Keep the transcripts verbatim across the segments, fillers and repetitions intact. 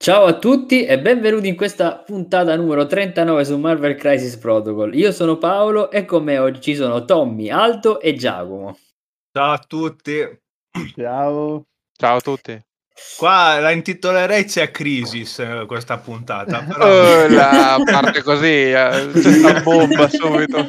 Ciao a tutti e benvenuti in questa puntata numero trentanove su Marvel Crisis Protocol. Io sono Paolo e con me oggi ci sono Tommy, Aldo e Giacomo. Ciao a tutti. Ciao. Ciao a tutti. Qua la intitolerei C'è Crisis questa puntata, però Oh, la parte così, eh, c'è sta bomba subito.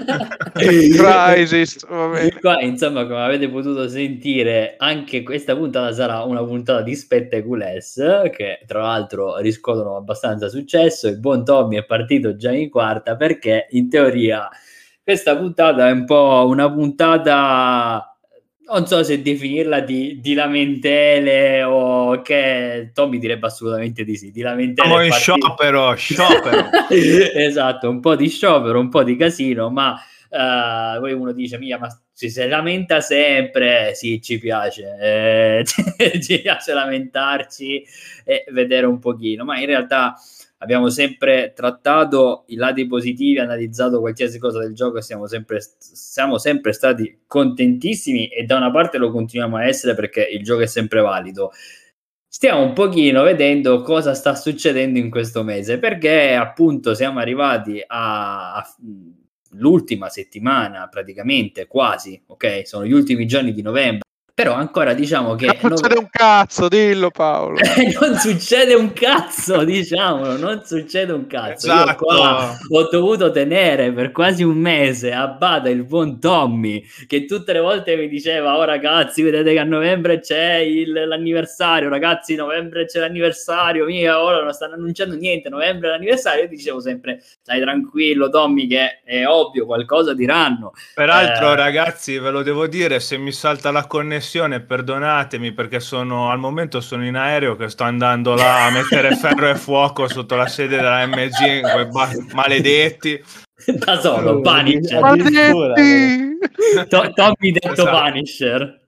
Crisis, va bene. Qua, insomma, come avete potuto sentire, anche questa puntata sarà una puntata di Spectaculess, che tra l'altro riscuotono abbastanza successo. Il buon Tommy è partito già in quarta perché in teoria questa puntata è un po' una puntata, non so se definirla di, di lamentele o che Tommy direbbe assolutamente di sì, di lamentele. Siamo in sciopero, sciopero. Esatto, un po' di sciopero, un po' di casino, ma uh, poi uno dice, mia, ma si, si lamenta sempre, sì, ci piace, eh, ci piace lamentarci e vedere un pochino, ma in realtà abbiamo sempre trattato i lati positivi, analizzato qualsiasi cosa del gioco e siamo sempre, siamo sempre stati contentissimi e da una parte lo continuiamo a essere perché il gioco è sempre valido. Stiamo un pochino vedendo cosa sta succedendo in questo mese perché appunto siamo arrivati a, a l'ultima settimana praticamente, quasi, ok? Sono gli ultimi giorni di novembre. Però ancora diciamo che non succede un cazzo, dillo Paolo. Non succede un cazzo, diciamolo, non succede un cazzo. Esatto. Io qua ho dovuto tenere per quasi un mese a bada il buon Tommy, che tutte le volte mi diceva: oh ragazzi, vedete che a novembre c'è il, l'anniversario, ragazzi, novembre c'è l'anniversario, mia, ora non stanno annunciando niente, novembre è l'anniversario. Io dicevo sempre: stai tranquillo Tommy, che è ovvio, qualcosa diranno. Peraltro eh... ragazzi, ve lo devo dire, se mi salta la connessione perdonatemi perché sono al momento sono in aereo che sto andando là a mettere ferro e fuoco sotto la sede della M G, quei ba- maledetti. Da solo, Oh, Punisher. Maledetti! To- Tommy detto Esatto. Punisher.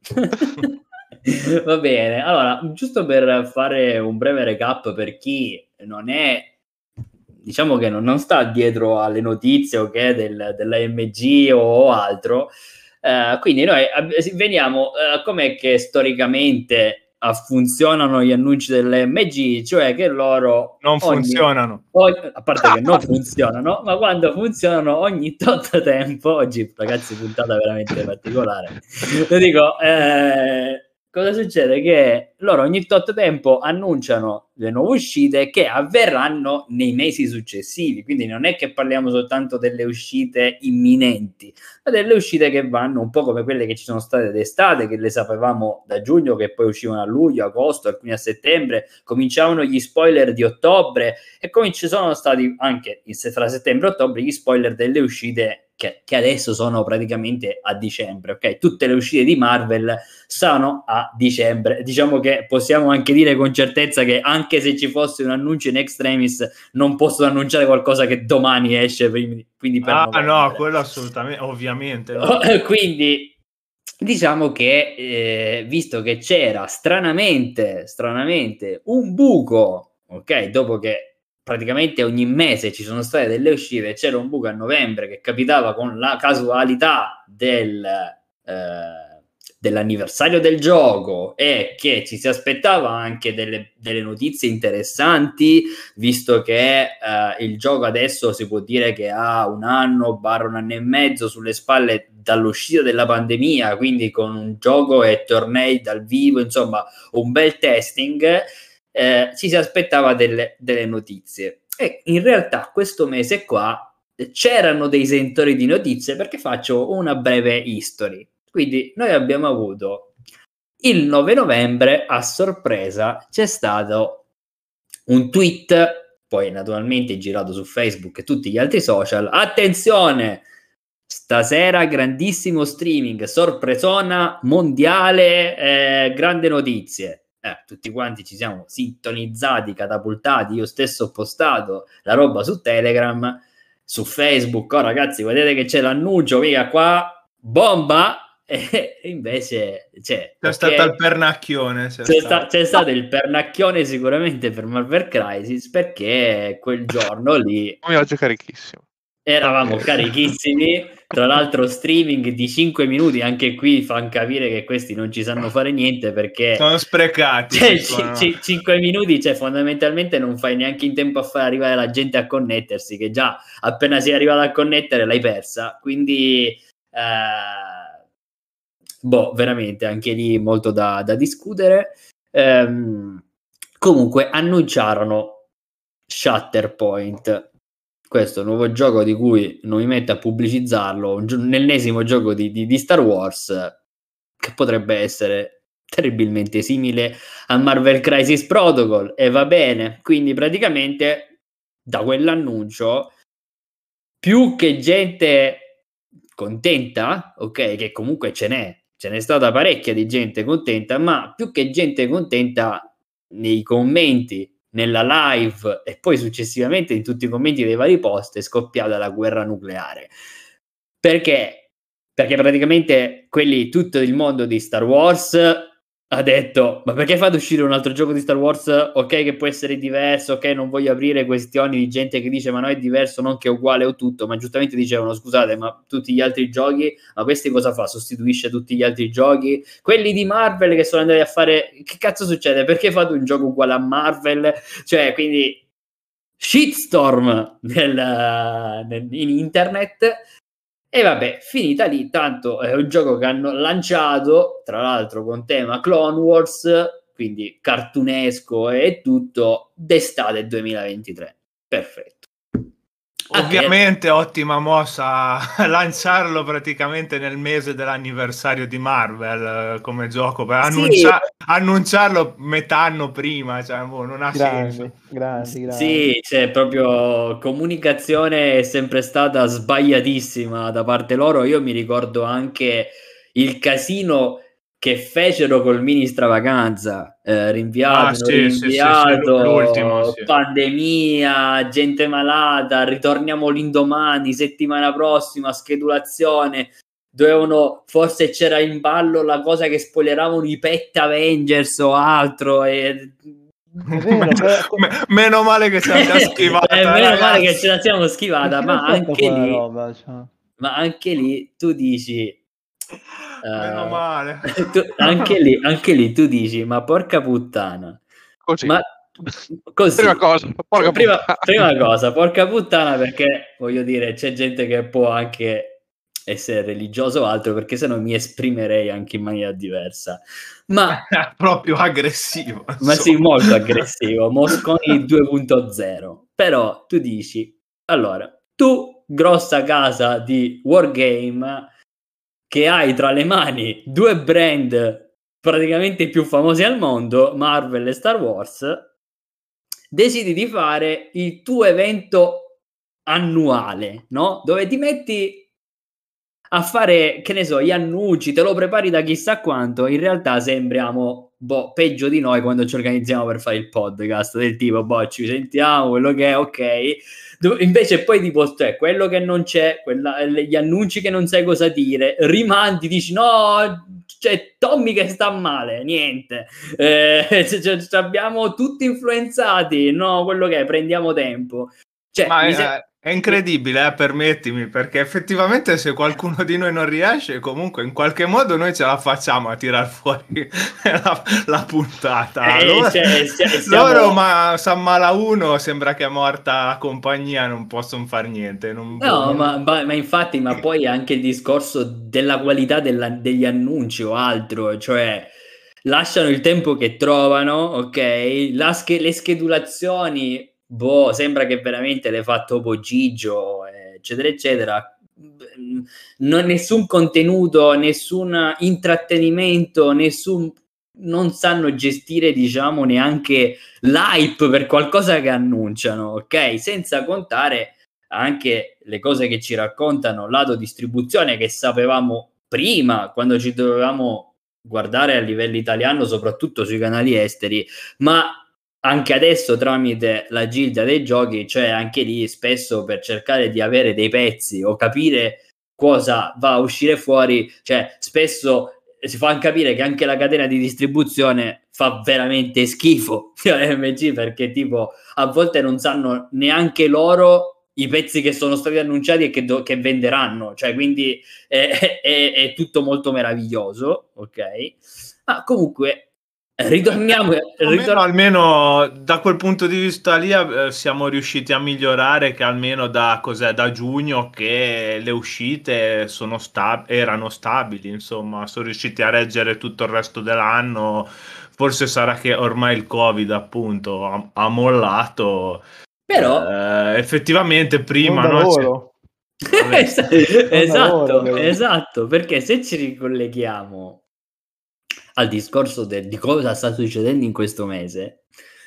Va bene, allora, giusto per fare un breve recap per chi non è, diciamo che non, non sta dietro alle notizie okay, del, della M G o altro, uh, quindi noi veniamo, uh, com'è che storicamente uh, funzionano gli annunci dell'M G, cioè che loro non ogni, funzionano ogni, a parte che non funzionano, ma quando funzionano ogni tot tempo, oggi ragazzi puntata veramente particolare, lo dico, eh, cosa succede? Che loro ogni tot tempo annunciano le nuove uscite che avverranno nei mesi successivi, quindi non è che parliamo soltanto delle uscite imminenti, ma delle uscite che vanno un po' come quelle che ci sono state d'estate, che le sapevamo da giugno, che poi uscivano a luglio, agosto, alcuni a settembre, cominciavano gli spoiler di ottobre e come ci sono stati anche tra settembre e ottobre gli spoiler delle uscite Che, che adesso sono praticamente a dicembre, ok? Tutte le uscite di Marvel sono a dicembre. Diciamo che possiamo anche dire con certezza che anche se ci fosse un annuncio in extremis non possono annunciare qualcosa che domani esce, quindi per ah novembre. no, quello assolutamente, ovviamente no. Quindi diciamo che eh, visto che c'era stranamente stranamente un buco, ok, dopo che praticamente ogni mese ci sono state delle uscite, c'era un buco a novembre che capitava con la casualità del, eh, dell'anniversario del gioco e che ci si aspettava anche delle, delle notizie interessanti, visto che eh, il gioco adesso si può dire che ha un anno, barra un anno e mezzo sulle spalle dall'uscita della pandemia, quindi con un gioco e tornei dal vivo, insomma un bel testing. Eh, ci si aspettava delle, delle notizie e in realtà questo mese qua c'erano dei sentori di notizie, perché faccio una breve history. Quindi noi abbiamo avuto il nove novembre, a sorpresa c'è stato un tweet, poi naturalmente girato su Facebook e tutti gli altri social: attenzione, stasera grandissimo streaming, sorpresona mondiale, eh, grande notizie. Eh, tutti quanti ci siamo sintonizzati, catapultati, io stesso ho postato la roba su Telegram, su Facebook, oh ragazzi vedete che c'è l'annuncio, mica qua, bomba, e invece c'è, c'è okay, stato il pernacchione c'è, c'è, stato. Sta, c'è stato il pernacchione sicuramente per Marvel Crisis, perché quel giorno lì oggi è carichissimo. eravamo carichissimi. Tra l'altro streaming di cinque minuti, anche qui fanno capire che questi non ci sanno fare niente, perché sono sprecati, cioè, sono... c- c- cinque minuti, cioè fondamentalmente non fai neanche in tempo a far arrivare la gente a connettersi, che già appena sei arrivato a connettere l'hai persa, quindi eh, boh, veramente anche lì molto da, da discutere. Ehm, comunque annunciarono Shatterpoint, questo nuovo gioco di cui non mi metto a pubblicizzarlo, un, un ennesimo gioco di, di, di Star Wars che potrebbe essere terribilmente simile a Marvel Crisis Protocol, e va bene. Quindi praticamente da quell'annuncio più che gente contenta, ok, che comunque ce n'è, ce n'è stata parecchia di gente contenta, ma più che gente contenta nei commenti, nella live e poi successivamente in tutti i commenti dei vari post è scoppiata la guerra nucleare. Perché? Perché praticamente quelli, tutto il mondo di Star Wars ha detto: ma perché fate uscire un altro gioco di Star Wars? Ok, che può essere diverso, ok, non voglio aprire questioni di gente che dice ma no, è diverso, non che è uguale o tutto, ma giustamente dicevano: scusate, ma tutti gli altri giochi, ma questi cosa fa? Sostituisce tutti gli altri giochi? Quelli di Marvel che sono andati a fare, che cazzo succede? Perché fate un gioco uguale a Marvel? Cioè, quindi shitstorm nel, nel, in internet. E vabbè, finita lì, tanto è un gioco che hanno lanciato, tra l'altro con tema Clone Wars, quindi cartunesco e tutto, d'estate duemilaventitré. Perfetto. Ovviamente ottima mossa lanciarlo praticamente nel mese dell'anniversario di Marvel come gioco, per sì. annuncia- annunciarlo metà anno prima, cioè, boh, non ha grandi, senso. Grandi, grandi. Sì, cioè proprio comunicazione è sempre stata sbagliatissima da parte loro. Io mi ricordo anche il casino che fecero col mini stravaganza, eh, rinviato, Ah, sì, rinviato, sì, sì, l'ultimo, sì. pandemia, gente malata, ritorniamo l'indomani, settimana prossima, schedulazione, dovevano, forse c'era in ballo la cosa che spoileravano i Pet Avengers o altro, e... Vero, però... meno male che ce la siamo schivata, eh, meno ragazzi. male che ce la siamo schivata, ma anche lì roba, cioè. ma anche lì tu dici meno uh, male tu, anche lì anche lì tu dici ma porca puttana, così. ma così prima cosa porca prima, puttana. prima cosa porca puttana, perché voglio dire c'è gente che può anche essere religioso o altro, perché se no mi esprimerei anche in maniera diversa, ma proprio aggressivo, ma sì, molto aggressivo, Mosconi due punto zero. Però tu dici, allora, tu grossa casa di Wargame che hai tra le mani due brand praticamente più famosi al mondo, Marvel e Star Wars, decidi di fare il tuo evento annuale, no? Dove ti metti a fare, che ne so, gli annunci, te lo prepari da chissà quanto, in realtà sembriamo boh, peggio di noi quando ci organizziamo per fare il podcast, del tipo, boh, ci sentiamo, quello che è, ok. Invece poi tipo, cioè, quello che non c'è, quella, gli annunci che non sai cosa dire, rimandi, dici, no, c'è Tommy che sta male, niente, eh, cioè, abbiamo tutti influenzati, no, quello che è, prendiamo tempo. Cioè, ma mi è, se- è incredibile, eh, permettimi, perché effettivamente se qualcuno di noi non riesce, comunque in qualche modo noi ce la facciamo a tirar fuori la, la puntata. Eh, Loro, cioè, siamo... loro ma s'ammala uno, sembra che è morta la compagnia, non possono fare niente. Non, No, non... ma, ma, ma infatti, ma poi anche il discorso della qualità della- degli annunci o altro, cioè lasciano il tempo che trovano, ok? La sch- le schedulazioni, boh, sembra che veramente le fa Topo Gigio, eccetera, eccetera. Non nessun contenuto, nessun intrattenimento, nessun... non sanno gestire, diciamo, neanche l'hype per qualcosa che annunciano, ok? Senza contare anche le cose che ci raccontano lato distribuzione, che sapevamo prima quando ci dovevamo guardare a livello italiano, soprattutto sui canali esteri, ma anche adesso tramite la gilda dei giochi, cioè anche lì spesso per cercare di avere dei pezzi o capire cosa va a uscire fuori, cioè spesso si fa capire che anche la catena di distribuzione fa veramente schifo, M G, perché tipo a volte non sanno neanche loro i pezzi che sono stati annunciati e che, do- che venderanno, cioè quindi è, è, è tutto molto meraviglioso, ok? Ma comunque ritorniamo, almeno, ritor- almeno da quel punto di vista lì eh, siamo riusciti a migliorare, che almeno da, cos'è, da giugno che le uscite sono sta- erano stabili, insomma, sono riusciti a reggere tutto il resto dell'anno. Forse sarà che ormai il Covid appunto ha, ha mollato. però Eh, effettivamente prima Non da no, c'è- loro. vabbè, esatto, lavoro, esatto, perché se ci ricolleghiamo al discorso de- di cosa sta succedendo in questo mese,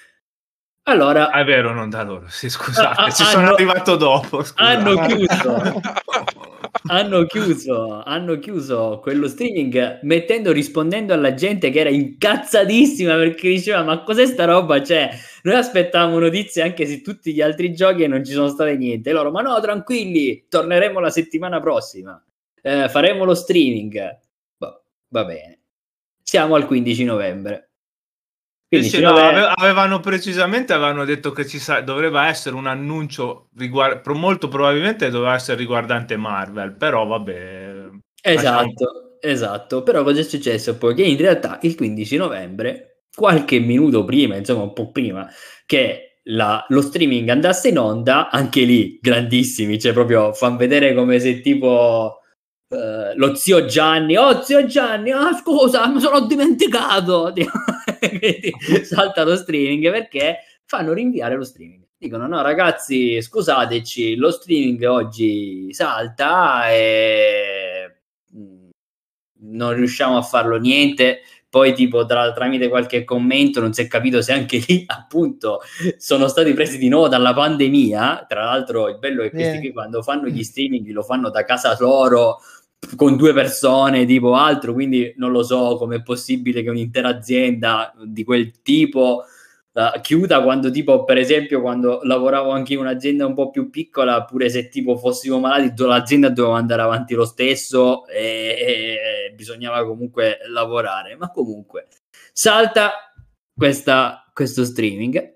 allora è vero, non da loro, sì, scusate, Ah, ci ah, sono hanno- arrivato dopo, scusate. hanno chiuso hanno chiuso hanno chiuso quello streaming mettendo rispondendo alla gente che era incazzatissima perché diceva ma cos'è sta roba, cioè noi aspettavamo notizie anche su tutti gli altri giochi e non ci sono state niente, e loro ma no tranquilli torneremo la settimana prossima, eh, faremo lo streaming. Boh, va bene, siamo al quindici novembre. Sì, quindici sì, no, novembre ave- avevano precisamente avevano detto che ci sa- dovrebbe essere un annuncio riguard- pro- molto probabilmente doveva essere riguardante Marvel, però vabbè, lasciamo. Esatto, esatto. Però cosa è successo poi? Che in realtà il quindici novembre, qualche minuto prima, insomma un po' prima che la- lo streaming andasse in onda, anche lì grandissimi, cioè proprio fanno vedere come se tipo eh, lo zio Gianni, oh zio Gianni, ah scusa, mi sono dimenticato. Quindi salta lo streaming perché fanno rinviare lo streaming. Dicono no ragazzi scusateci, lo streaming oggi salta e non riusciamo a farlo niente. Poi tipo tra, tramite qualche commento non si è capito se anche lì appunto sono stati presi di nuovo dalla pandemia. Tra l'altro il bello è che questi Eh. qui quando fanno gli streaming lo fanno da casa loro con due persone tipo altro, quindi non lo so com'è possibile che un'intera azienda di quel tipo Uh, chiuda, quando tipo per esempio quando lavoravo anche in un'azienda un po' più piccola, pure se tipo fossimo malati do- l'azienda doveva andare avanti lo stesso e, e bisognava comunque lavorare, ma comunque salta questa, questo streaming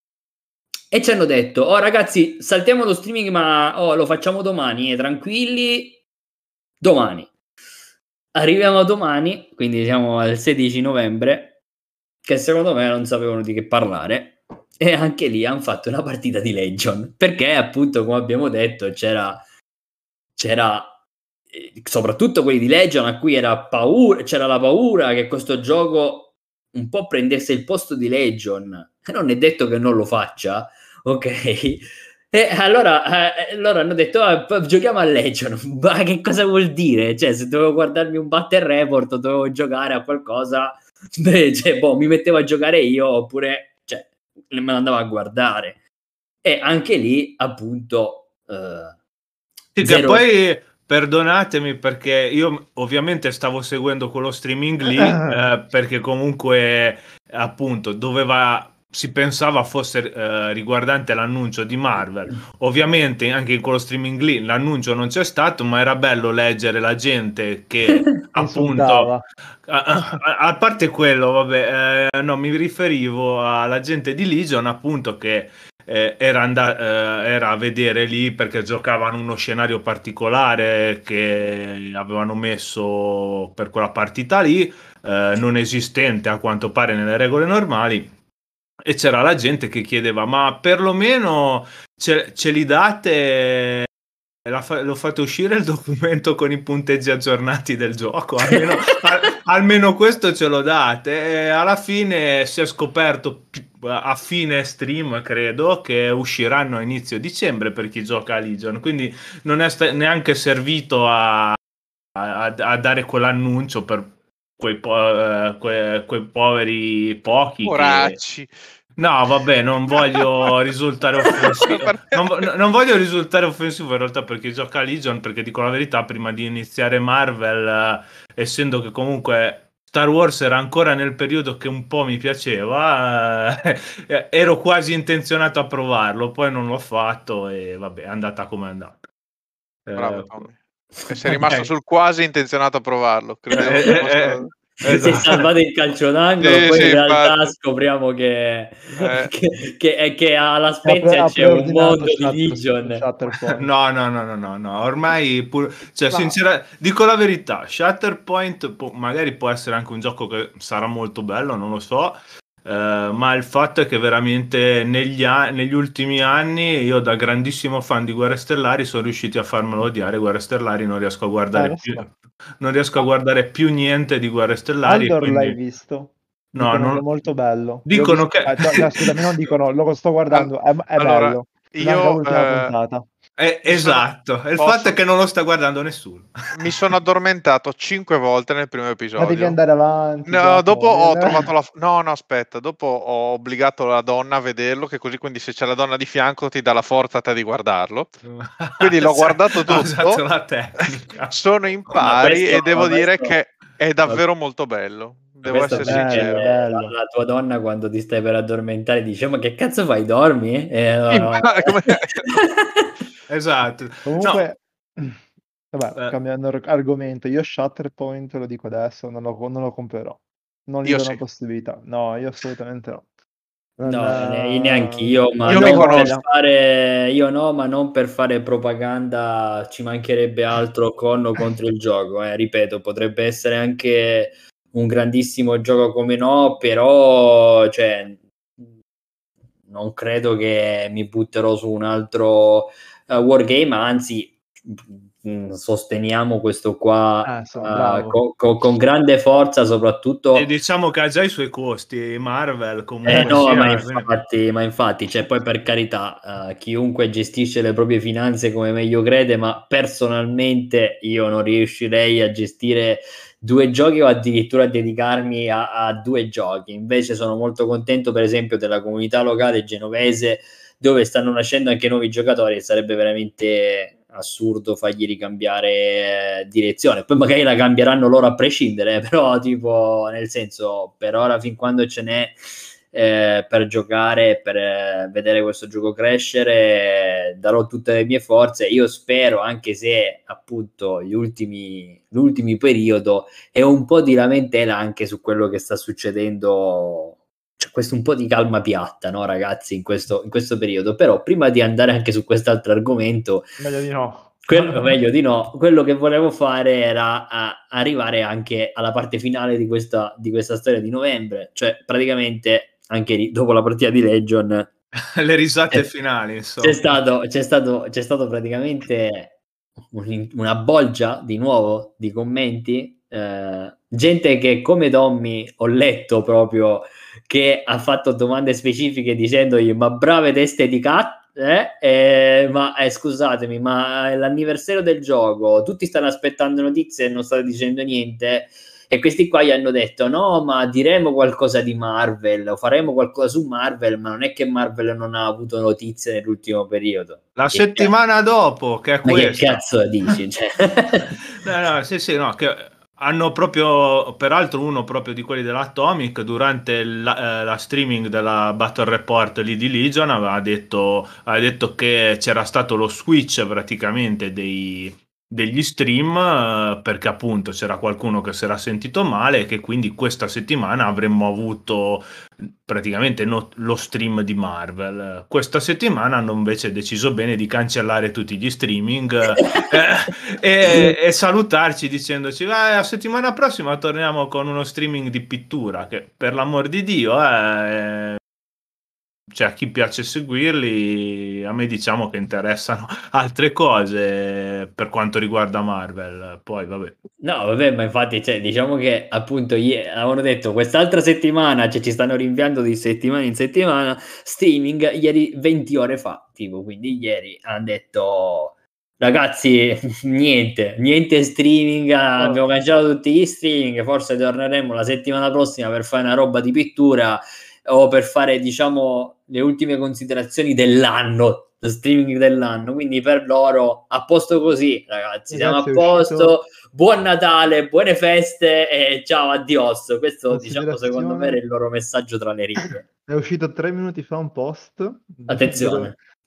e ci hanno detto oh ragazzi saltiamo lo streaming ma oh, lo facciamo domani, eh, tranquilli, domani arriviamo domani, quindi siamo al sedici novembre, che secondo me non sapevano di che parlare, e anche lì hanno fatto una partita di Legion, perché appunto come abbiamo detto c'era c'era eh, soprattutto quelli di Legion a cui era paura, c'era la paura che questo gioco un po' prendesse il posto di Legion, non è detto che non lo faccia, ok? E allora, eh, allora hanno detto ah, giochiamo a Legion, ma che cosa vuol dire? Cioè se dovevo guardarmi un battle report dovevo giocare a qualcosa. Beh, cioè, boh, mi mettevo a giocare io oppure cioè, me lo andavo a guardare, e anche lì appunto eh, Sì, che zero... poi perdonatemi perché io ovviamente stavo seguendo quello streaming lì eh, perché comunque appunto doveva si pensava fosse eh, riguardante l'annuncio di Marvel. Ovviamente anche in quello streaming lì l'annuncio non c'è stato, ma era bello leggere la gente che appunto Insultava. a, a- a parte quello, vabbè, eh, no, mi riferivo alla gente di Legion appunto che eh, era, and- eh, era a vedere lì perché giocavano uno scenario particolare che avevano messo per quella partita lì, eh, non esistente a quanto pare nelle regole normali. E c'era la gente che chiedeva: ma perlomeno ce, ce li date? La fa- lo fate uscire il documento con i punteggi aggiornati del gioco? Almeno, al- almeno questo ce lo date. E alla fine si è scoperto pi- a fine stream, credo, che usciranno a inizio dicembre per chi gioca a Legion. Quindi non è sta- neanche servito a, a- a dare quell'annuncio per quei, po- eh, que- quei poveri pochi che. Poracci. No, vabbè, non voglio risultare offensivo. Perché- Non, vo- non voglio risultare offensivo in realtà perché gioca a Legion, perché dico la verità, prima di iniziare Marvel, eh, essendo che comunque Star Wars era ancora nel periodo che un po' mi piaceva, eh, ero quasi intenzionato a provarlo, poi non l'ho fatto e vabbè, è andata come è andata. Bravo Eh, Tommy. E sei rimasto eh, sul quasi intenzionato a provarlo. Credevo eh, che eh, fosse... esatto. Si è salvato il calcio d'angolo, Sì, poi sì, in realtà infatti. scopriamo che, Eh. che, che, che alla Ha Spezia pre- ha c'è un preordinato mondo di Shutter- Legion. Shatterpoint. No, no, no, no, no, no. Ormai, pur... cioè, No. sincera... dico la verità, Shatterpoint può... magari può essere anche un gioco che sarà molto bello, non lo so, eh, ma il fatto è che veramente negli, a... negli ultimi anni io da grandissimo fan di Guerre Stellari sono riusciti a farmelo odiare Guerre Stellari, non riesco a guardare Eh, più... so. non riesco a guardare più niente di Guerre Stellari. Aldor Quindi... l'hai visto? No, Dicono non... che è molto bello. Dicono visto... che... eh, cioè, scusami, non dicono, lo sto guardando, è, è Allora, bello. io, Manca l'ultima eh, puntata. Eh, mi sono- esatto, e il posso- fatto è che non lo sta guardando nessuno. mi sono addormentato cinque volte nel primo Ma devi episodio. andare avanti. No, Giacomo, dopo devi ho andare- trovato la... No, no, aspetta, dopo ho obbligato la donna a vederlo, che così quindi se c'è la donna di fianco ti dà la forza a te di guardarlo. Quindi l'ho guardato Ho tutto. usato la tecnica. Sono in Ma pari questo- e devo ma dire questo- che è davvero molto bello. Devo Questo essere bello, sincero. perché bello. La, la tua donna quando ti stai per addormentare dice ma che cazzo fai, dormi? E no, no. Come- Esatto. Comunque, vabbè, Eh. cambiando ar- argomento, io Shatterpoint, lo dico adesso, non lo, non lo comprerò. Non gli Io do sì. una possibilità. No, io assolutamente no. Non, No, ne- eh, neanche io, ma Io non mi per conosco. fare, io no, ma non per fare propaganda, ci mancherebbe altro con o contro il gioco, eh. Ripeto, potrebbe essere anche un grandissimo gioco come no, però cioè, non credo che mi butterò su un altro uh, wargame, anzi mh, sosteniamo questo qua Ah, sono uh, bravo. co- co- con grande forza, soprattutto E diciamo che ha già i suoi costi, Marvel comunque eh no, sia, ma quindi- infatti, ma infatti, cioè poi per carità, eh, chiunque gestisce le proprie finanze come meglio crede, ma personalmente io non riuscirei a gestire due giochi o addirittura a dedicarmi a, a due giochi. Invece sono molto contento, per esempio, della comunità locale genovese, dove stanno nascendo anche nuovi giocatori e sarebbe veramente assurdo fargli ricambiare eh, direzione. Poi magari la cambieranno loro a prescindere, però tipo nel senso per ora fin quando ce n'è eh, per giocare, per eh, vedere questo gioco crescere, eh, darò tutte le mie forze. Io spero, anche se appunto gli ultimi l'ultimo periodo è un po' di lamentela anche su quello che sta succedendo. C'è questo un po' di calma piatta, no ragazzi, in questo, in questo periodo. Però prima di andare anche su quest'altro argomento, Meglio di no. quello, meglio di no, quello che volevo fare era a, arrivare anche alla parte finale di questa, di questa storia di novembre, cioè praticamente anche lì, dopo la partita di Legion le risate eh, finali, insomma. c'è stato, c'è stato, c'è stato praticamente un, una bolgia di nuovo di commenti, eh, gente che come Tommy ho letto proprio che ha fatto domande specifiche dicendogli ma brave teste di cazzo, eh? Eh, ma eh, scusatemi, ma è l'anniversario del gioco, tutti stanno aspettando notizie e non state dicendo niente. E questi qua gli hanno detto no, ma diremo qualcosa di Marvel o faremo qualcosa su Marvel, ma non è che Marvel non ha avuto notizie nell'ultimo periodo. La Che settimana cazzo? dopo, che è ma questa. che cazzo dici? Cioè... no, no, sì, sì, no, che hanno proprio, peraltro uno proprio di quelli dell'Atomic, durante la, eh, la streaming della Battle Report lì di Legion, aveva detto, aveva detto che c'era stato lo switch praticamente dei... degli stream eh, perché appunto c'era qualcuno che si era sentito male e che quindi questa settimana avremmo avuto praticamente no, lo stream di Marvel. Questa settimana hanno invece deciso bene di cancellare tutti gli streaming eh, e, e salutarci dicendoci ah, la settimana prossima torniamo con uno streaming di pittura che per l'amor di Dio eh, cioè a chi piace seguirli, a me diciamo che interessano altre cose per quanto riguarda Marvel, poi vabbè. No, vabbè, ma infatti, cioè, diciamo che appunto ieri avevano detto quest'altra settimana, cioè ci stanno rinviando di settimana in settimana, streaming, ieri venti ore fa, tipo, quindi ieri hanno detto ragazzi, niente, niente streaming, abbiamo cancellato tutti gli streaming, forse torneremo la settimana prossima per fare una roba di pittura o per fare, diciamo, le ultime considerazioni dell'anno, lo streaming dell'anno, quindi per loro a posto così, ragazzi, siamo a posto, buon Natale, buone feste e ciao, addios. Questo, diciamo, secondo me era il loro messaggio tra le righe. È uscito tre minuti fa un post. Attenzione.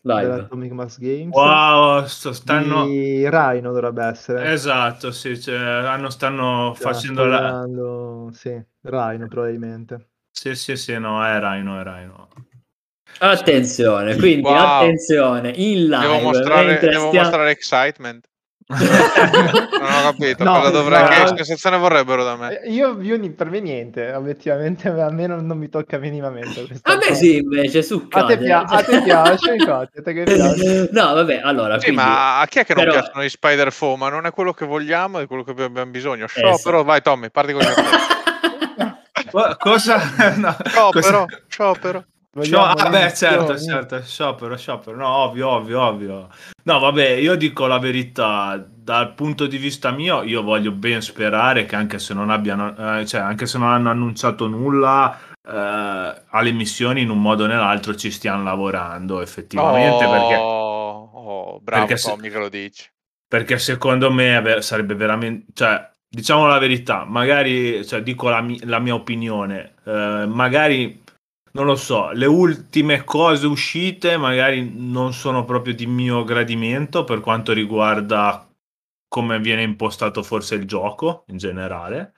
Live. dell'Atomic Mass Games. Wow, sto- stanno... Di Rhino dovrebbe essere. Esatto, sì, cioè, hanno, stanno Sta facendo la... spoilerando, sì, Rhino probabilmente. Sì, sì, sì, no, è Rhino, è Rhino. Attenzione, quindi Wow. attenzione, in live, Devo mostrare, mentre devo stiamo- mostrare excitement. Non ho capito No, cosa dovrei, no. che sensazione vorrebbero da me. Eh, Io, io ni- per me niente, obiettivamente a me non, non mi tocca minimamente questa A me cosa. sì, invece, su A te, cade. pia- a te piace, infatti, a te che piace. No, vabbè, allora, Sì, quindi... ma a chi è che non però- piacciono gli Spider-Foam? Ma non è quello che vogliamo, è quello che abbiamo bisogno. Esatto. Sciopero, vai Tommy, parti con gli Co- cosa? No, Sciopero, cosa- sciopero. Vogliamo Scio- ah, beh, le certo, missioni. certo, sciopero, sciopero, no, ovvio, ovvio, ovvio. No, vabbè, io dico la verità, dal punto di vista mio, io voglio ben sperare che anche se non abbiano, eh, cioè, anche se non hanno annunciato nulla, eh, alle missioni in un modo o nell'altro ci stiano lavorando effettivamente, oh, perché, oh, bravo perché se- Tommy che lo dici. perché secondo me ave- sarebbe veramente, cioè, diciamo la verità, magari, cioè, dico la, mi- la mia opinione, eh, magari, non lo so, le ultime cose uscite magari non sono proprio di mio gradimento per quanto riguarda come viene impostato forse il gioco in generale.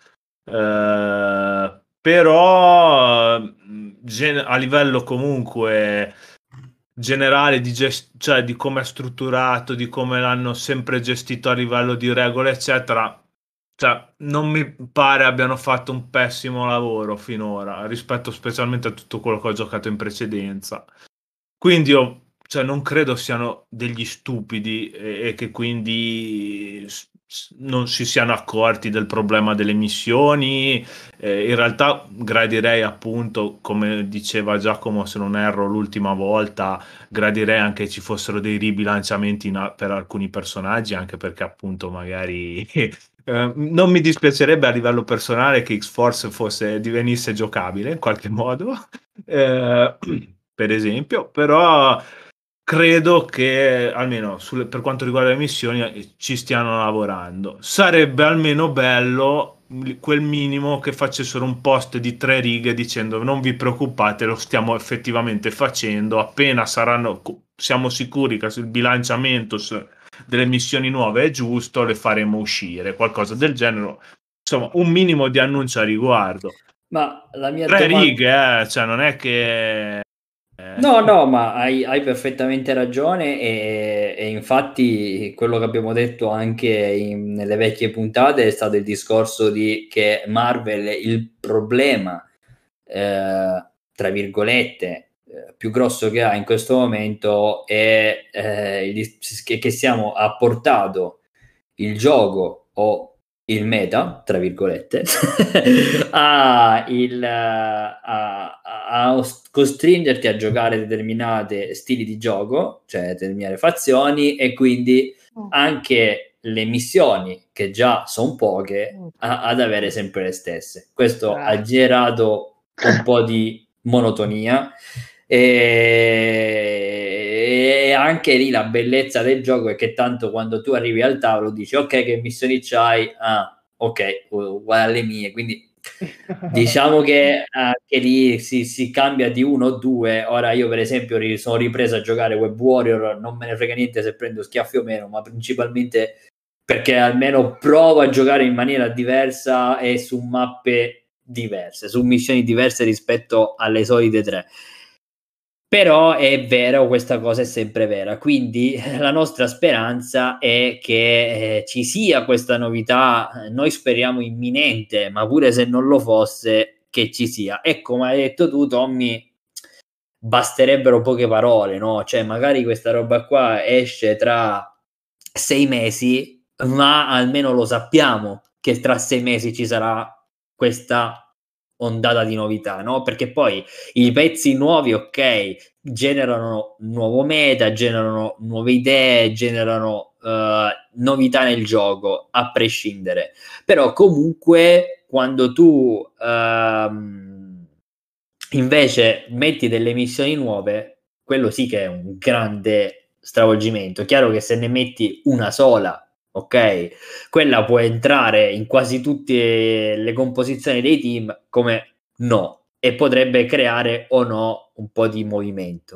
Eh, però mh, gen- a livello comunque generale di, gest- cioè di come è strutturato, di come l'hanno sempre gestito a livello di regole, eccetera. Cioè, non mi pare abbiano fatto un pessimo lavoro finora rispetto specialmente a tutto quello che ho giocato in precedenza. Quindi io, cioè, non credo siano degli stupidi e, e che quindi s- s- non si siano accorti del problema delle missioni. Eh, in realtà gradirei appunto, come diceva Giacomo, se non erro l'ultima volta, gradirei anche ci fossero dei ribilanciamenti in a- per alcuni personaggi, anche perché appunto magari eh, non mi dispiacerebbe a livello personale che X-Force fosse, divenisse giocabile in qualche modo. Eh, per esempio, però credo che almeno sulle- per quanto riguarda le missioni eh, ci stiano lavorando. Sarebbe almeno bello mh, quel minimo che facessero un post di tre righe dicendo non vi preoccupate, lo stiamo effettivamente facendo, appena saranno, siamo sicuri che il bilanciamento s- delle missioni nuove è giusto, le faremo uscire, qualcosa del genere. Insomma, un minimo di annuncio a riguardo. Ma la mia Tre domanda... righe, eh, cioè non è che... eh, No, no, ma hai, hai perfettamente ragione e, e infatti quello che abbiamo detto anche in- nelle vecchie puntate è stato il discorso di che Marvel, il problema, eh, tra virgolette, eh, più grosso che ha in questo momento è eh, il dis- che, che siamo ha portato il gioco o il meta, tra virgolette, a, il, a, a- a costringerti a giocare determinate stili di gioco, cioè determinate fazioni, e quindi anche le missioni, che già sono poche, a- ad avere sempre le stesse. Questo ha generato un po' di monotonia. E anche lì la bellezza del gioco è che tanto quando tu arrivi al tavolo dici ok, che missioni c'hai? Ah, ok, uguale alle mie, quindi diciamo che anche lì si, si cambia di uno o due. Ora io per esempio ri- sono ripreso a giocare Web Warrior, non me ne frega niente se prendo schiaffi o meno, ma principalmente perché almeno provo a giocare in maniera diversa e su mappe diverse, su missioni diverse rispetto alle solite tre. Però è vero, questa cosa è sempre vera, quindi la nostra speranza è che eh, ci sia questa novità, eh, noi speriamo imminente, ma pure se non lo fosse, che ci sia. E come hai detto tu, Tommy, basterebbero poche parole, no? Cioè magari questa roba qua esce tra sei mesi, ma almeno lo sappiamo che tra sei mesi ci sarà questa ondata di novità, no? Perché poi i pezzi nuovi, ok, generano nuovo meta, generano nuove idee, generano uh, novità nel gioco, a prescindere. Però comunque quando tu uh, invece metti delle missioni nuove, quello sì che è un grande stravolgimento. Chiaro che se ne metti una sola, ok, quella può entrare in quasi tutte le composizioni dei team come no, e potrebbe creare o no un po' di movimento.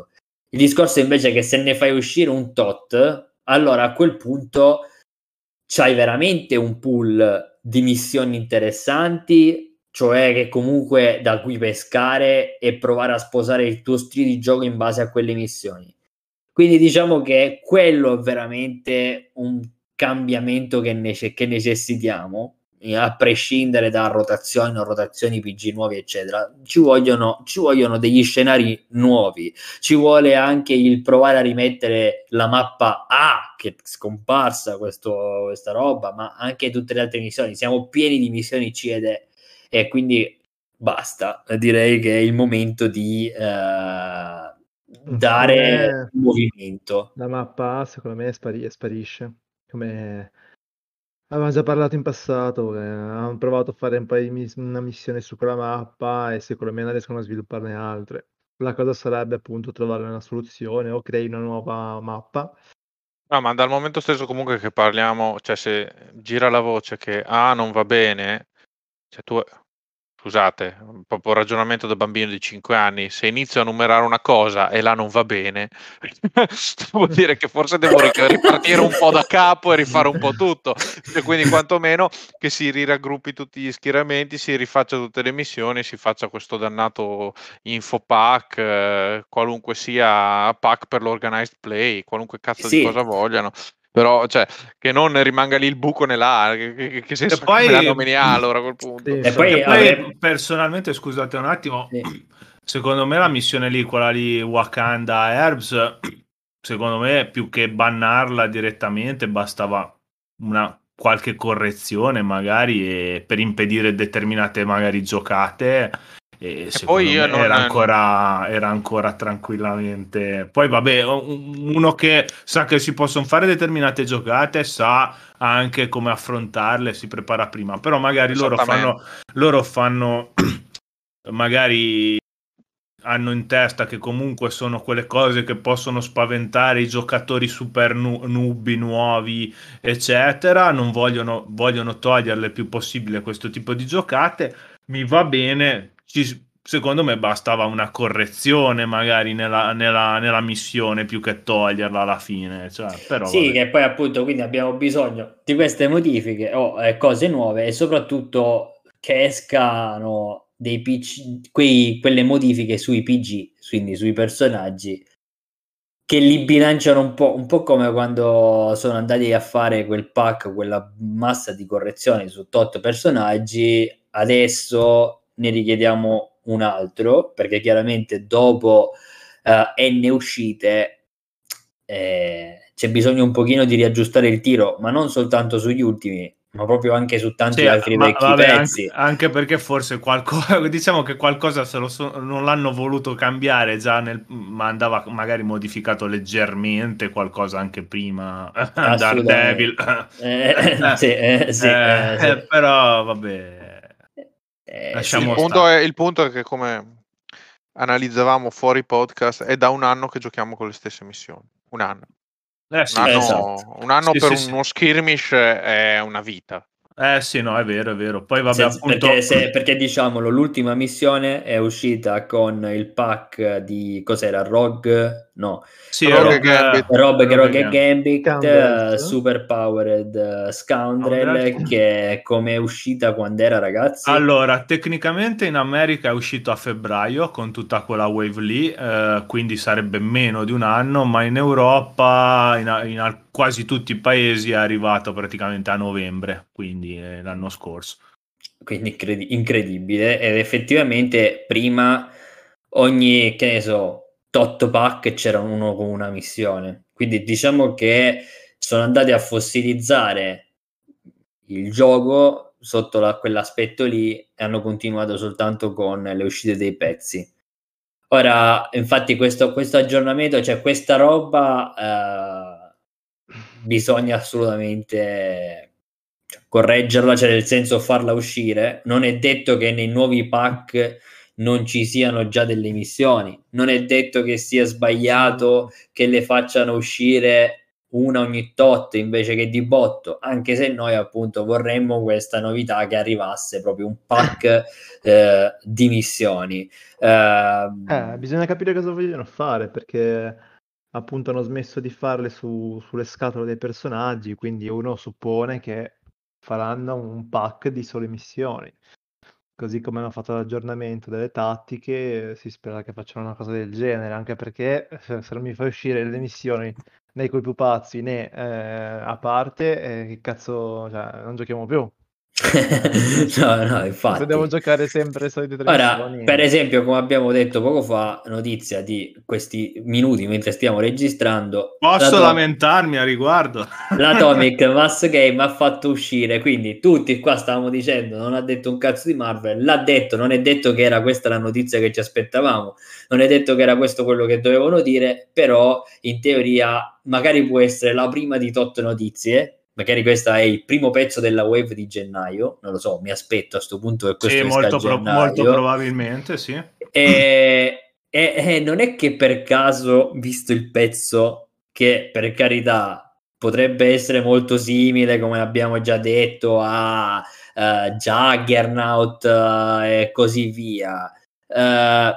Il discorso invece è che se ne fai uscire un tot, allora a quel punto c'hai veramente un pool di missioni interessanti, cioè che comunque da cui pescare e provare a sposare il tuo stile di gioco in base a quelle missioni. Quindi diciamo che quello è veramente un cambiamento che, nece- che necessitiamo, a prescindere da rotazioni o rotazioni P G nuovi eccetera. Ci vogliono, ci vogliono degli scenari nuovi, ci vuole anche il provare a rimettere la mappa A, che è scomparsa questo, questa roba, ma anche tutte le altre missioni. Siamo pieni di missioni C ed E, e quindi basta, direi che è il momento di eh, dare un movimento. La mappa secondo me spari- sparisce, come avevamo già parlato in passato, eh, avevamo provato a fare un paio di mis- una missione su quella mappa e secondo me non riescono a svilupparne altre. La cosa sarebbe appunto trovare una soluzione o crei una nuova mappa. No, ma dal momento stesso comunque che parliamo, cioè se gira la voce che A non va bene, cioè tu, scusate, un proprio ragionamento da bambino di cinque anni, se inizio a numerare una cosa e là non va bene, vuol dire che forse devo ric- ripartire un po' da capo e rifare un po' tutto. E quindi quantomeno che si riraggruppi tutti gli schieramenti, si rifaccia tutte le missioni, si faccia questo dannato info pack, eh, qualunque sia pack per l'organized play, qualunque cazzo Sì. di cosa vogliano. Però, cioè, che non rimanga lì il buco nell'A, che, che, che senso E poi- che me la nomini A allora a quel punto? Sì, E poi E poi avrei- personalmente, scusate un attimo, Sì. secondo me la missione lì, quella lì Wakanda Herbs, secondo me più che bannarla direttamente bastava una qualche correzione magari e per impedire determinate magari giocate e, E secondo poi io me non- era ancora, era ancora tranquillamente. Poi vabbè, un- uno che sa che si possono fare determinate giocate sa anche come affrontarle, si prepara prima, però magari loro Esattamente. fanno loro fanno magari hanno in testa che comunque sono quelle cose che possono spaventare i giocatori super nu- nubi nuovi eccetera, non vogliono, vogliono toglierle il più possibile questo tipo di giocate. Mi va bene, ci- secondo me bastava una correzione magari nella, nella- nella missione più che toglierla alla fine, cioè, però Sì, vabbè. che poi appunto quindi abbiamo bisogno di queste modifiche o eh, cose nuove e soprattutto che escano dei P C, quei, quelle modifiche sui P G, quindi sui personaggi, che li bilanciano un po', un po' come quando sono andati a fare quel pack, quella massa di correzioni su tot personaggi. Adesso ne richiediamo un altro, perché chiaramente dopo eh, N uscite eh, c'è bisogno un pochino di riaggiustare il tiro, ma non soltanto sugli ultimi, ma proprio anche su tanti Sì, altri ma vecchi vabbè, pezzi. anche, anche perché forse qualcosa, diciamo che qualcosa se lo so- non l'hanno voluto cambiare già nel, ma andava magari modificato leggermente qualcosa anche prima. Daredevil. Eh, sì, eh, sì, eh, sì. Eh, però vabbè, Eh, lasciamo Il sì, punto, stare. è, il punto è che come analizzavamo fuori podcast è da un anno che giochiamo con le stesse missioni. Un anno. Eh Un sì, anno, esatto. un anno sì, per sì, sì. uno skirmish è una vita. Eh sì, no, è vero, è vero. Poi vabbè, Senza- appunto. perché, se- perché diciamolo, l'ultima missione è uscita con il pack di cos'era? Rogue? No, Sì, Rogue Rogue, Gambit. Rogue, Rogue Rogue e Gambit. Gambit, Scoundrels. eh, Super Powered eh, Scoundrel, Scoundrels. che come è uscita quando era, ragazzi? Allora, tecnicamente in America è uscito a febbraio con tutta quella wave lì, eh, quindi sarebbe meno di un anno, ma in Europa, in, in al- quasi tutti i paesi è arrivato praticamente a novembre, quindi eh, l'anno scorso. Quindi incredi- incredibile. Ed effettivamente prima ogni, che ne so, tot pack c'era uno con una missione. Quindi diciamo che sono andati a fossilizzare il gioco sotto la- quell'aspetto lì e hanno continuato soltanto con le uscite dei pezzi. Ora, infatti, questo, questo aggiornamento, cioè questa roba, eh, bisogna assolutamente cioè, correggerla, cioè nel senso farla uscire. Non è detto che nei nuovi pack non ci siano già delle missioni, non è detto che sia sbagliato che le facciano uscire una ogni tot invece che di botto, anche se noi appunto vorremmo questa novità che arrivasse proprio un pack eh, di missioni. Eh, Eh, bisogna capire cosa vogliono fare, perché appunto hanno smesso di farle su- sulle scatole dei personaggi, quindi uno suppone che faranno un pack di sole missioni. Così come hanno fatto l'aggiornamento delle tattiche, si spera che facciano una cosa del genere, anche perché se se non mi fai uscire le missioni né coi pupazzi né eh, a parte, eh, che cazzo, cioè, non giochiamo più. no, no, Se infatti. devo giocare sempre le solite tre Ora, missioni. per esempio, come abbiamo detto poco fa, notizia di questi minuti mentre stiamo registrando, Posso l'Atom- lamentarmi a riguardo? l'Atomic Mass Game ha fatto uscire, quindi tutti qua stavamo dicendo non ha detto un cazzo di Marvel, l'ha detto, non è detto che era questa la notizia che ci aspettavamo, non è detto che era questo quello che dovevano dire, però in teoria magari può essere la prima di tot notizie. Magari questo è il primo pezzo della wave di gennaio, non lo so, mi aspetto a sto punto che questo Sì, esca molto, a pro- gennaio. molto probabilmente, sì. E, e- e non è che per caso, visto il pezzo, che per carità potrebbe essere molto simile, come abbiamo già detto, a uh, Juggernaut uh, e così via, uh,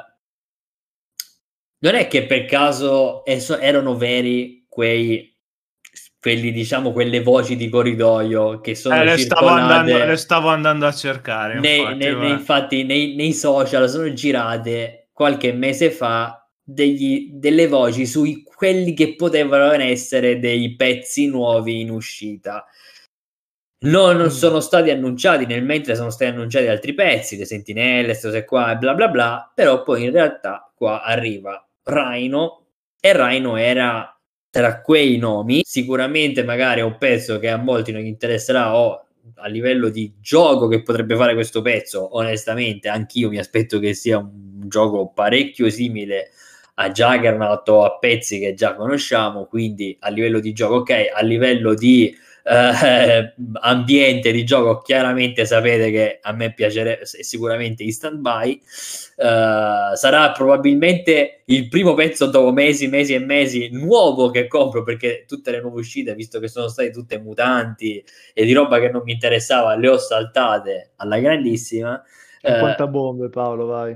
non è che per caso eso- erano veri quei quelli, diciamo, quelle voci di corridoio che sono Eh, le, stavo andando, le circolate stavo andando a cercare, nei, infatti. nei- nei- guarda. infatti nei, nei social sono girate qualche mese fa degli- delle voci su quelli che potevano essere dei pezzi nuovi in uscita. No, non Mm. sono stati annunciati, nel mentre sono stati annunciati altri pezzi, le sentinelle, queste cose qua e bla bla bla, però poi in realtà qua arriva Rhino e Rhino era tra quei nomi, sicuramente magari è un pezzo che a molti non gli interesserà o a livello di gioco che potrebbe fare questo pezzo, onestamente anch'io mi aspetto che sia un gioco parecchio simile a Juggernaut o a pezzi che già conosciamo, quindi a livello di gioco ok, a livello di eh, ambiente di gioco chiaramente sapete che a me piacerebbe sicuramente Instant Buy. Uh, sarà probabilmente il primo pezzo dopo mesi, mesi e mesi nuovo che compro, perché tutte le nuove uscite, visto che sono state tutte mutanti e di roba che non mi interessava, le ho saltate alla grandissima. cinquanta Uh, bombe, Paolo, vai.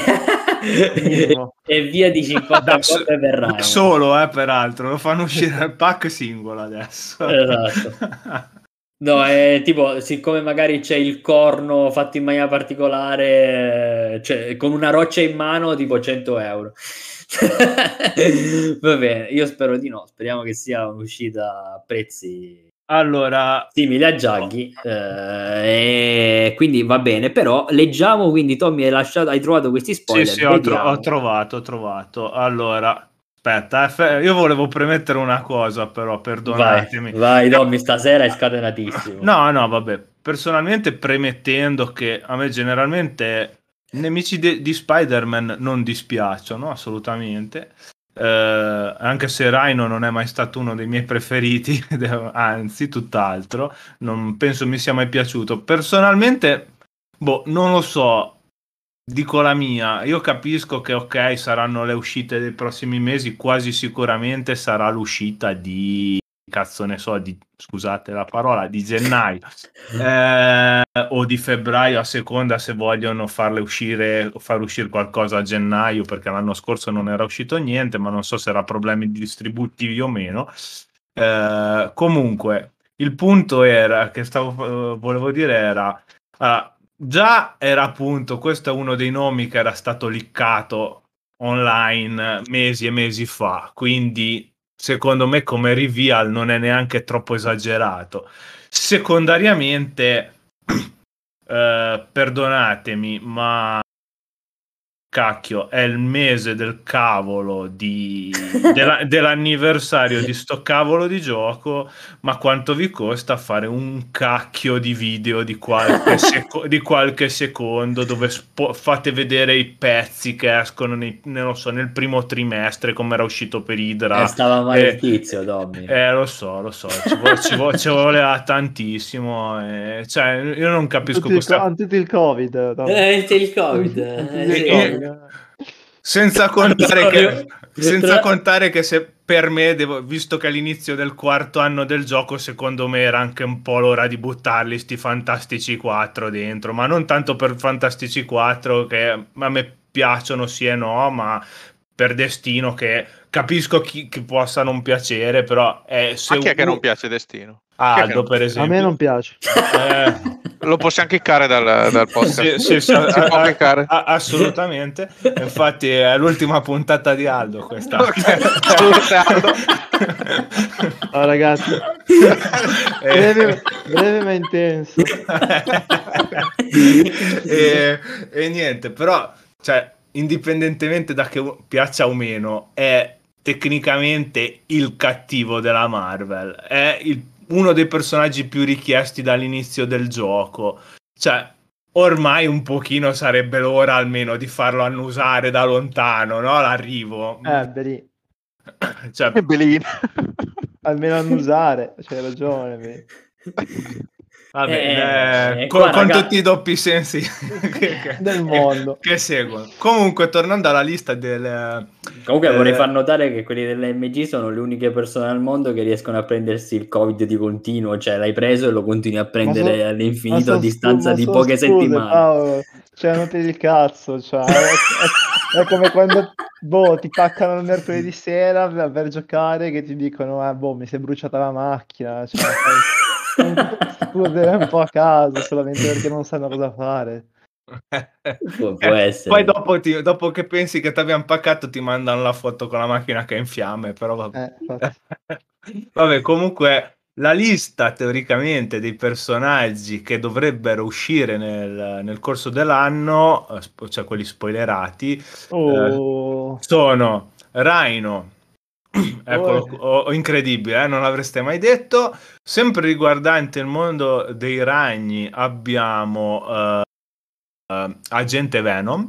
e via di cinquanta Da, so- bombe per da Rhino. solo, eh, peraltro, lo fanno uscire il pack singolo adesso. Esatto. No, è tipo, siccome magari c'è il corno fatto in maniera particolare, cioè con una roccia in mano, tipo cento euro. Va bene, io spero di no, speriamo che sia un'uscita a prezzi Allora, simili a Juggy, eh, e quindi va bene, però leggiamo, quindi Tommy hai lasciato, hai trovato questi spoiler. sì, sì, ho, tro- vediamo. ho trovato, ho trovato. Allora, aspetta, eh, fe- io volevo premettere una cosa, però, Vai, perdonatemi. vai Tommy, stasera è scatenatissimo. No, no, vabbè, personalmente premettendo che a me generalmente nemici de- di Spider-Man non dispiacciono assolutamente, eh, anche se Rhino non è mai stato uno dei miei preferiti, anzi, tutt'altro, non penso mi sia mai piaciuto. Personalmente, boh, non lo so, dico la mia, io capisco che ok, saranno le uscite dei prossimi mesi, quasi sicuramente sarà l'uscita di cazzo ne so, di, scusate la parola, di gennaio eh, o di febbraio a seconda se vogliono farle uscire o far uscire qualcosa a gennaio, perché l'anno scorso non era uscito niente, ma non so se era problemi distributivi o meno. Eh, comunque il punto era che stavo, volevo dire era uh, già era appunto, questo è uno dei nomi che era stato liccato online mesi e mesi fa, quindi secondo me come reveal non è neanche troppo esagerato. Secondariamente, eh, perdonatemi, ma cacchio, è il mese del cavolo di, della, dell'anniversario di sto cavolo di gioco, ma quanto vi costa fare un cacchio di video di qualche, seco- di qualche secondo dove spo- fate vedere i pezzi che escono nei, non lo so, nel primo trimestre, come era uscito per Hydra. Eh, stava male eh, il tizio, Tommy. Eh, lo so, lo so, ci, vo- ci, vo- ci voleva tantissimo. eh, Cioè, io non capisco Tutti il, co- questa... hanno tutti il Covid. no? Eh, c'è il Covid. Hanno tutti eh, il sì. E- Covid. senza contare Tra che, l'altro, senza tra- contare che se per me, devo, visto che all'inizio del quarto anno del gioco, secondo me era anche un po' l'ora di buttarli sti Fantastici quattro dentro, ma non tanto per Fantastici quattro, che a me piacciono sì e no, ma per Destino, che capisco chi, chi possa non piacere, però è... Se a chi è che uno... non piace Destino? Aldo, non... per esempio. A me non piace. Eh... Lo possiamo chiccare dal, dal podcast. Sì, sì, sì, si a, può a, chiccare? a, assolutamente. Infatti è l'ultima puntata di Aldo questa. Okay. Salute Aldo. Oh, ragazzi, breve, breve ma intenso. e, e niente, però, cioè, indipendentemente da che piaccia o meno, è tecnicamente il cattivo della Marvel. È il, uno dei personaggi più richiesti dall'inizio del gioco. Cioè, ormai un pochino sarebbe l'ora almeno di farlo annusare da lontano, no? L'arrivo. Eh, Belin. Cioè, Belin. Almeno annusare, c'hai ragione. Beh. Vabbè, Eh, eh, eh, con, qua, con raga... tutti i doppi sensi che, che, del mondo che, che seguono. Comunque, tornando alla lista del... Comunque eh, vorrei far notare che quelli dell'M G sono le uniche persone al mondo che riescono a prendersi il Covid di continuo, cioè l'hai preso e lo continui a prendere so, all'infinito so a distanza scu- di so poche scuse, settimane. Paolo, cioè non per il cazzo, cioè, è, è, è come quando boh, ti paccano il mercoledì sera per, per giocare che ti dicono eh, boh, mi si è bruciata la macchina, cioè, scuse un po' a caso solamente perché non sanno cosa fare. Può, può essere. Poi dopo, ti, dopo che pensi che ti abbiamo paccato ti mandano la foto con la macchina che è in fiamme, però vabbè. Eh, Vabbè, comunque la lista teoricamente dei personaggi che dovrebbero uscire nel, nel corso dell'anno, cioè quelli spoilerati, oh. eh, sono Rhino. Eccolo, Oh. oh, incredibile, eh? Non l'avreste mai detto. Sempre riguardante il mondo dei ragni abbiamo uh, uh, Agente Venom.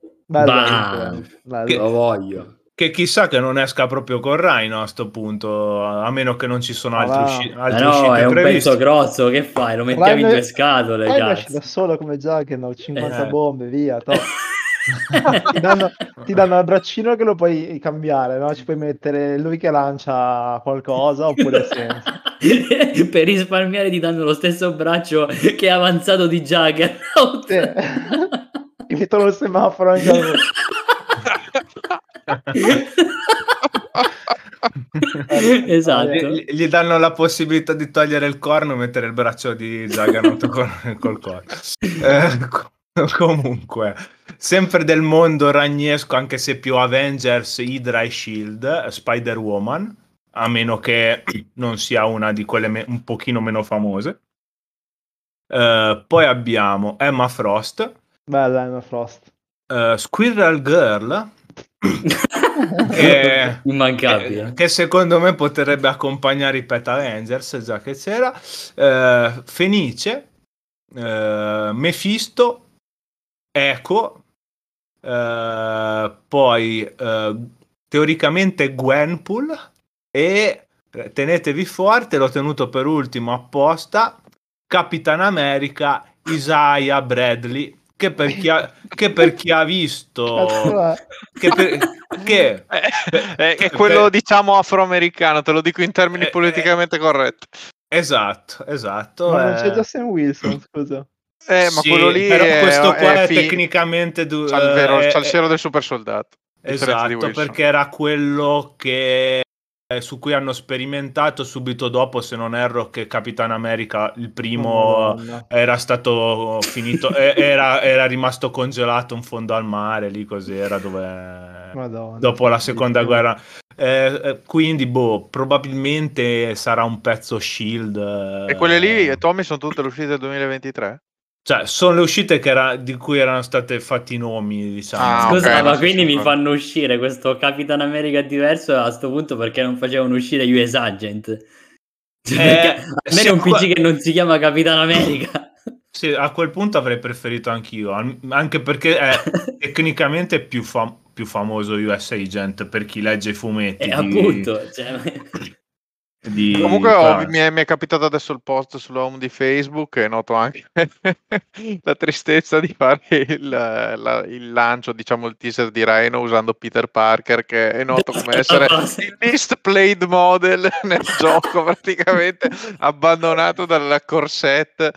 Bam! Che, lo voglio. Che chissà che non esca proprio con Rhino a sto punto, a meno che non ci sono altre, Ah, usci- Ma altre no, uscite è un previste. pezzo grosso, che fai? Lo mettiamo Rhino- in due scatole, Rhino cazzo. esce da solo come Juggernaut, cinquanta Eh. bombe, via, to. ti, danno, ti danno il braccino che lo puoi cambiare, no? Ci puoi mettere lui che lancia qualcosa oppure senza. Per risparmiare ti danno lo stesso braccio che è avanzato di Juggernaut. Sì. Ti mettono il semaforo anche a lui. Esatto. Gli, gli danno la possibilità di togliere il corno e mettere il braccio di Juggernaut col, col corno. Eh, comunque, sempre del mondo ragnesco, anche se più Avengers, Hydra e Shield, Spider-Woman, a meno che non sia una di quelle me- un pochino meno famose. Uh, poi abbiamo Emma Frost. Bella Emma Frost. Uh, Squirrel Girl. che, Immancabile. Che, che secondo me potrebbe accompagnare i Pet Avengers, già che c'era. Uh, Fenice. Uh, Mephisto. Echo. Uh, poi uh, teoricamente Gwenpool. E tenetevi forte, l'ho tenuto per ultimo apposta, Capitan America Isaiah Bradley, che per chi ha, che per chi ha visto che, per, che è, è, è quello per, diciamo afroamericano, te lo dico in termini eh, politicamente corretti. Esatto, esatto. Ma eh. non c'è già Sam Wilson, scusa. Eh, sì, ma quello lì però è, questo qua è, è tecnicamente du- c'ha il, vero, è, c'ha il siero del super soldato. Esatto, perché era quello che su cui hanno sperimentato subito dopo, se non erro, che Capitan America il primo oh, era stato finito, era, era rimasto congelato in fondo al mare, lì cos'era, dove Madonna, dopo la seconda guerra. Eh, quindi, boh, probabilmente sarà un pezzo Shield. E quelle lì, Tommy, sono tutte le uscite del duemilaventitré? Cioè, sono le uscite che era, di cui erano state fatti i nomi, diciamo. Ah, Scusa, okay, ma quindi mi fa... fanno uscire questo Capitan America diverso a sto punto perché non facevano uscire U S Agent? Cioè, eh, almeno un P C qua... che non si chiama Capitan America. Sì, a quel punto avrei preferito anch'io, anche perché è tecnicamente più, fam- più famoso U S Agent per chi legge i fumetti. E di... appunto, cioè... Di... Comunque ho, mi, è, mi è capitato adesso il post sulla home di Facebook e noto anche la tristezza di fare il, la, il lancio, diciamo il teaser di Rhino usando Peter Parker, che è noto come essere il least played model nel gioco, praticamente abbandonato dalla corsette,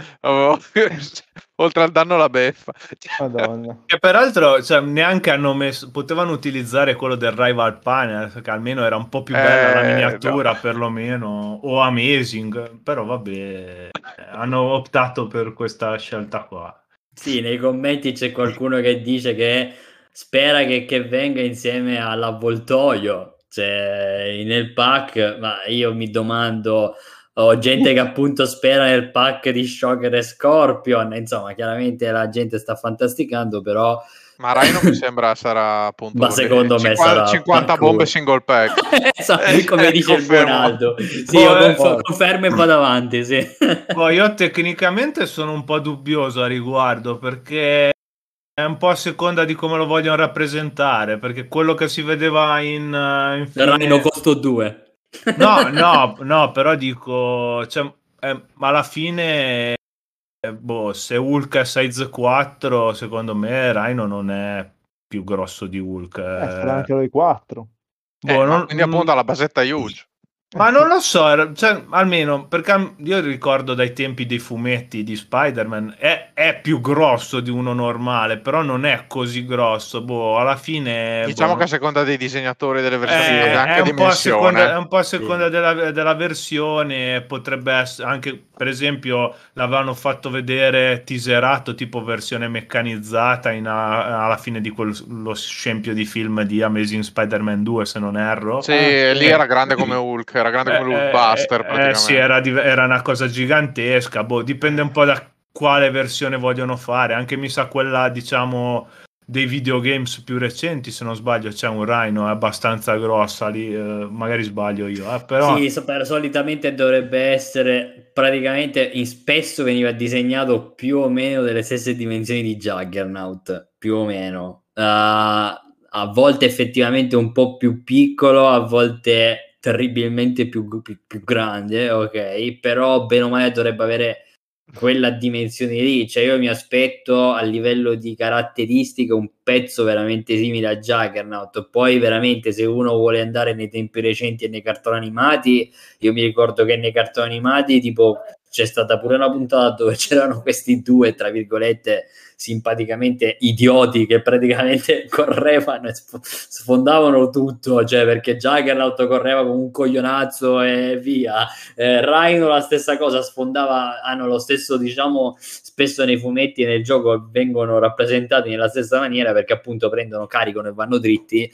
oltre al danno la beffa. Madonna. E peraltro, cioè, neanche hanno messo, potevano utilizzare quello del rival panel, che almeno era un po' più bella Eh, la miniatura, no. perlomeno, o Amazing, però vabbè, hanno optato per questa scelta qua. Sì, nei commenti c'è qualcuno che dice che spera che, che venga insieme all'avvoltoio, cioè nel pack, ma io mi domando, ho gente che appunto spera nel pack di Shocker e Scorpion, insomma chiaramente la gente sta fantasticando, però... Ma Rhino mi sembra sarà appunto Ma secondo me cinquanta, sarà cinquanta parkour. bombe single pack. Esatto, come Eh, dice il buon confermo. Aldo. Sì, Boh, io eh, conf- oh. confermo e vado avanti, sì. Poi io tecnicamente sono un po' dubbioso a riguardo, perché è un po' a seconda di come lo vogliono rappresentare, perché quello che si vedeva in, uh, in fine... Rhino costo due. No, no, no, però dico, cioè, eh, alla fine, eh, boh, se Hulk è size quattro, secondo me Rhino non è più grosso di Hulk. Eh, eh. sarà anche lui quattro. Boh, Eh, ma non- quindi appunto alla basetta huge. Ma non lo so, era- cioè, almeno perché io ricordo dai tempi dei fumetti di Spider-Man, è, è più grosso di uno normale, però non è così grosso. Boh, alla fine... Diciamo boh, che a seconda dei disegnatori delle versioni Eh, cambia è anche un po' a seconda, è dimensione. un po' a seconda della, della versione, potrebbe essere anche, per esempio, l'avevano fatto vedere teaserato tipo versione meccanizzata in a- alla fine di quello scempio di film di Amazing Spider-Man due, se non erro. Sì, Ah, lì sì. era grande come Hulk, era grande come Eh, Hulkbuster eh, eh, praticamente. sì, era, div- era una cosa gigantesca. Boh, dipende un po' da quale versione vogliono fare. Anche mi sa quella, diciamo, dei videogames più recenti, se non sbaglio, c'è un Rhino, è abbastanza grossa lì. eh, magari sbaglio io, eh, però. Sì, so- per- solitamente dovrebbe essere praticamente in- spesso veniva disegnato più o meno delle stesse dimensioni di Juggernaut, più o meno. Uh, a volte effettivamente un po' più piccolo, a volte terribilmente più, più, più grande, ok? Però bene o male dovrebbe avere quella dimensione lì, cioè io mi aspetto a livello di caratteristiche un pezzo veramente simile a Juggernaut. Poi veramente se uno vuole andare nei tempi recenti e nei cartoni animati, io mi ricordo che nei cartoni animati tipo c'è stata pure una puntata dove c'erano questi due tra virgolette simpaticamente idioti che praticamente correvano e sfondavano tutto, cioè perché Juggernaut correva come un coglionazzo e via, eh, Rhino la stessa cosa, sfondava, hanno lo stesso, diciamo, spesso nei fumetti e nel gioco vengono rappresentati nella stessa maniera perché appunto prendono, caricano e vanno dritti.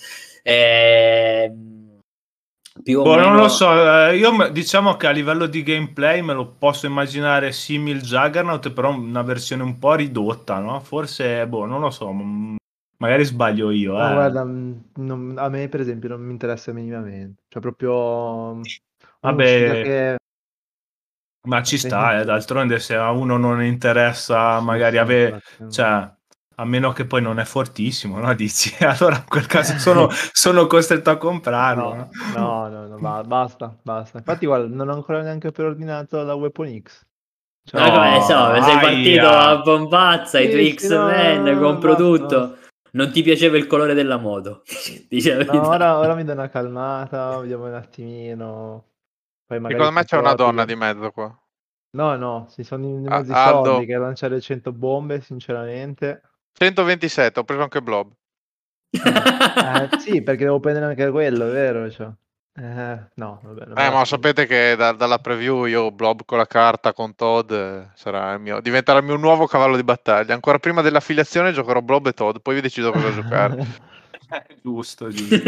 Eh, più o Boh, meno... non lo so, eh, io diciamo che a livello di gameplay me lo posso immaginare simil Juggernaut, però una versione un po' ridotta, no? Forse, boh, non lo so, m- magari sbaglio io, No, eh. guarda, mh, non- a me per esempio non mi interessa minimamente. Cioè proprio mh, un'uscita Vabbè, che... ma ci Sì, sta, eh, d'altronde se a uno non interessa sì, magari sì, avere, infatti. cioè, a meno che poi non è fortissimo, no? Dici, allora in quel caso sono, sono costretto a comprarlo, no? No, no, no, no, ba- basta, basta. Infatti, guarda, non ho ancora neanche preordinato la Weapon X. Cioè, Ah, come so, sei partito aia. a bombazza, i Sì, tuoi sì, no, X-Men, no, no, compro basta, tutto. basta. Non ti piaceva il colore della moto? Dice la No, verità. ora, ora mi do una calmata, vediamo un attimino. Poi magari Secondo me c'è compro una la donna P- di mezzo qua. No, no, ci sono i A- mezzi Aldo, zombie che lanciare cento bombe, sinceramente. centoventisette, ho preso anche Blob. Eh, sì, perché devo prendere anche quello, è vero? Cioè. Eh, no, vabbè, non me Eh, la ma prendo. sapete che da- dalla preview io Blob con la carta, con Todd, eh, sarà il mio, diventerà il mio nuovo cavallo di battaglia. Ancora prima dell'affiliazione giocherò Blob e Todd, poi vi decido cosa giocare. Giusto, giusto.